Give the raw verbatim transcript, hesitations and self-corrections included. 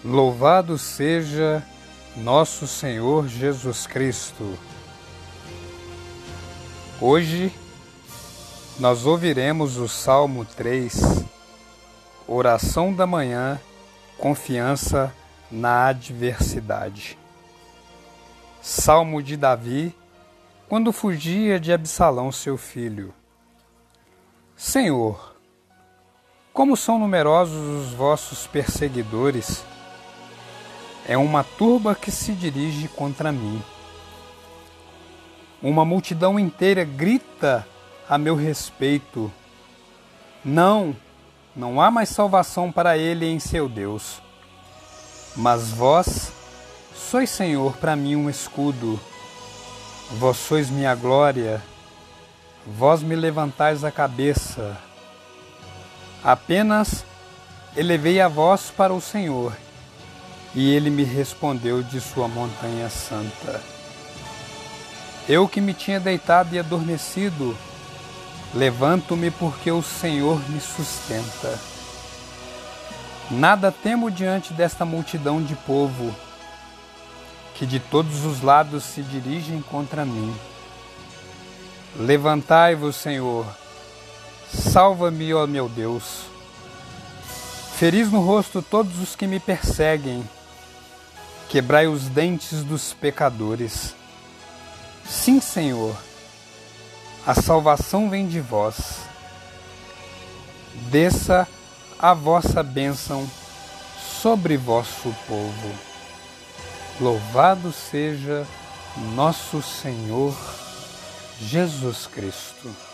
Louvado seja nosso Senhor Jesus Cristo. Hoje nós ouviremos o Salmo três, Oração da Manhã, Confiança na Adversidade. Salmo de Davi, quando fugia de Absalão, seu filho. Senhor, como são numerosos os vossos perseguidores! É uma turba que se dirige contra mim. Uma multidão inteira grita a meu respeito. Não, não há mais salvação para ele em seu Deus. Mas vós sois, Senhor, para mim um escudo. Vós sois minha glória. Vós me levantais a cabeça. Apenas elevei a voz para o Senhor, e ele me respondeu de sua montanha santa. Eu que me tinha deitado e adormecido, levanto-me porque o Senhor me sustenta. Nada temo diante desta multidão de povo, que de todos os lados se dirigem contra mim. Levantai-vos, Senhor, salva-me, ó meu Deus. Feris no rosto todos os que me perseguem, quebrai os dentes dos pecadores. Sim, Senhor, a salvação vem de vós. Desça a vossa bênção sobre vosso povo. Louvado seja nosso Senhor Jesus Cristo.